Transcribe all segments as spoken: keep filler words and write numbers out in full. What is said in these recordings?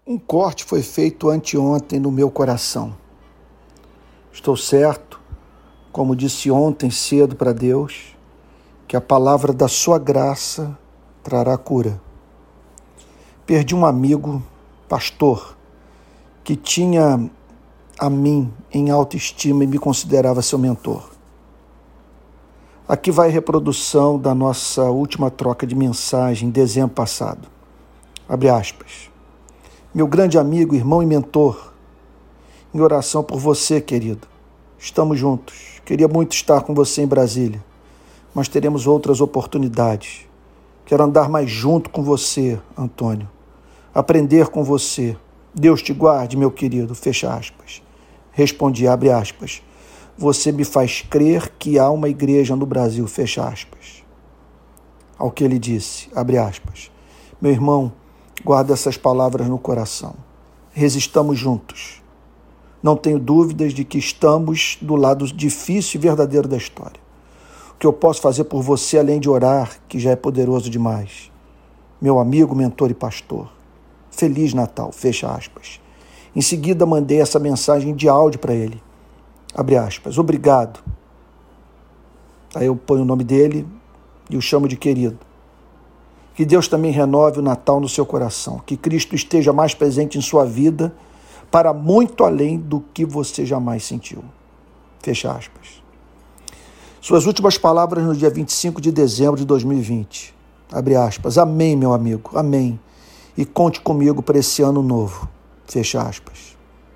Um corte foi feito anteontem no meu coração. Estou certo, como disse ontem cedo para Deus, que a palavra da sua graça trará cura. Perdi um amigo, pastor, que tinha a mim em autoestima e me considerava seu mentor. Aqui vai a reprodução da nossa última troca de mensagem em dezembro passado. Abre aspas. Meu grande amigo, irmão e mentor, em oração por você, querido. Estamos juntos. Queria muito estar com você em Brasília, mas teremos outras oportunidades. Quero andar mais junto com você, Antônio. Aprender com você. Deus te guarde, meu querido. Fecha aspas. Respondi, abre aspas. Você me faz crer que há uma igreja no Brasil. Fecha aspas. Ao que ele disse, abre aspas. Meu irmão, guarda essas palavras no coração. Resistamos juntos. Não tenho dúvidas de que estamos do lado difícil e verdadeiro da história. O que eu posso fazer por você, além de orar, que já é poderoso demais. Meu amigo, mentor e pastor. Feliz Natal, fecha aspas. Em seguida, mandei essa mensagem de áudio para ele. Abre aspas. Obrigado. Aí eu ponho o nome dele e o chamo de querido. Que Deus também renove o Natal no seu coração. Que Cristo esteja mais presente em sua vida para muito além do que você jamais sentiu. Fecha aspas. Suas últimas palavras no dia vinte e cinco de dezembro de dois mil e vinte. Abre aspas. Amém, meu amigo. Amém. E conte comigo para esse ano novo. Fecha aspas.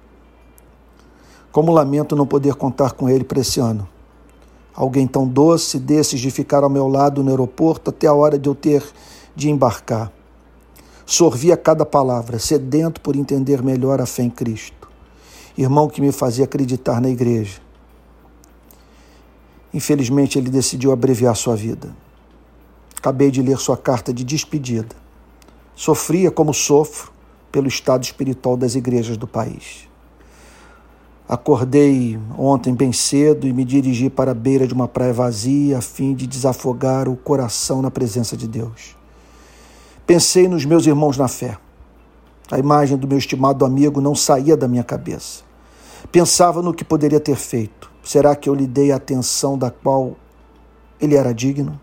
Como lamento não poder contar com ele para esse ano. Alguém tão doce desses de ficar ao meu lado no aeroporto até a hora de eu ter de embarcar. Sorvi a cada palavra, sedento por entender melhor a fé em Cristo. Irmão que me fazia acreditar na igreja. Infelizmente, ele decidiu abreviar sua vida. Acabei de ler sua carta de despedida. Sofria como sofro pelo estado espiritual das igrejas do país. Acordei ontem bem cedo e me dirigi para a beira de uma praia vazia a fim de desafogar o coração na presença de Deus. Pensei nos meus irmãos na fé. A imagem do meu estimado amigo não saía da minha cabeça. Pensava no que poderia ter feito. Será que eu lhe dei a atenção da qual ele era digno?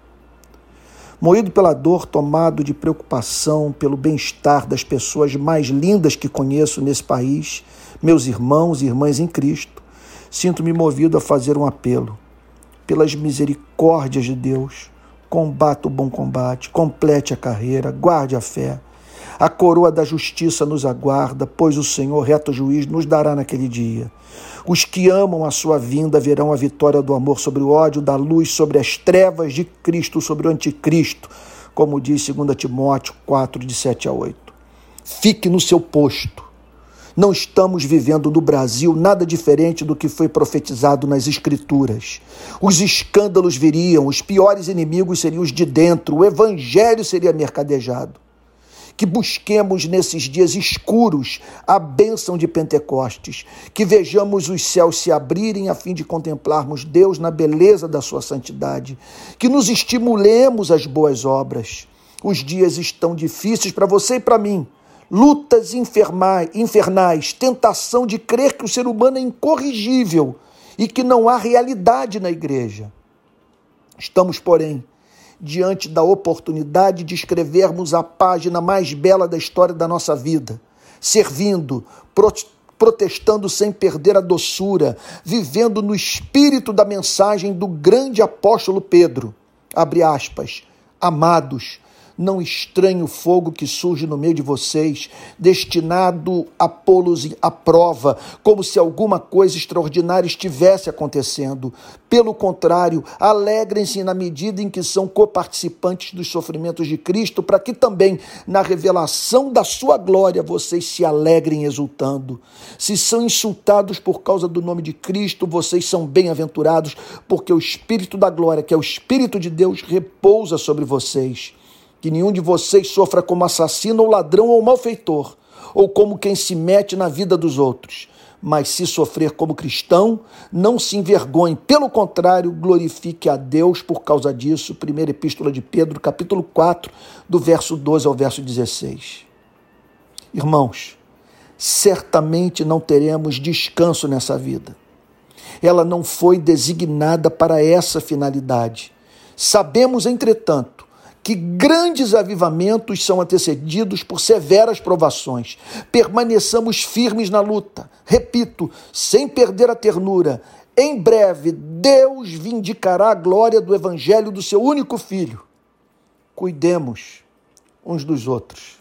Moído pela dor, tomado de preocupação pelo bem-estar das pessoas mais lindas que conheço nesse país, meus irmãos e irmãs em Cristo, sinto-me movido a fazer um apelo. Pelas misericórdias de Deus, combata o bom combate, complete a carreira, guarde a fé. A coroa da justiça nos aguarda, pois o Senhor, reto juiz, nos dará naquele dia. Os que amam a sua vinda verão a vitória do amor sobre o ódio, da luz sobre as trevas, de Cristo sobre o anticristo, como diz dois Timóteo quatro, de sete a oito. Fique no seu posto. Não estamos vivendo no Brasil nada diferente do que foi profetizado nas Escrituras. Os escândalos viriam, os piores inimigos seriam os de dentro, o evangelho seria mercadejado. Que busquemos nesses dias escuros a bênção de Pentecostes, que vejamos os céus se abrirem a fim de contemplarmos Deus na beleza da sua santidade, que nos estimulemos às boas obras. Os dias estão difíceis para você e para mim. Lutas infernais, tentação de crer que o ser humano é incorrigível e que não há realidade na igreja. Estamos, porém, diante da oportunidade de escrevermos a página mais bela da história da nossa vida, servindo, protestando sem perder a doçura, vivendo no espírito da mensagem do grande apóstolo Pedro. Abre aspas, amados, não estranhe o fogo que surge no meio de vocês, destinado a pô-los à prova, como se alguma coisa extraordinária estivesse acontecendo. Pelo contrário, alegrem-se na medida em que são coparticipantes dos sofrimentos de Cristo, para que também, na revelação da sua glória, vocês se alegrem exultando. Se são insultados por causa do nome de Cristo, vocês são bem-aventurados, porque o Espírito da glória, que é o Espírito de Deus, repousa sobre vocês. Que nenhum de vocês sofra como assassino ou ladrão ou malfeitor, ou como quem se mete na vida dos outros. Mas se sofrer como cristão, não se envergonhe. Pelo contrário, glorifique a Deus por causa disso. Primeira Epístola de Pedro, capítulo quatro, do verso doze ao verso dezesseis. Irmãos, certamente não teremos descanso nessa vida. Ela não foi designada para essa finalidade. Sabemos, entretanto, que grandes avivamentos são antecedidos por severas provações. Permaneçamos firmes na luta. Repito, sem perder a ternura. Em breve, Deus vindicará a glória do evangelho do seu único Filho. Cuidemos uns dos outros.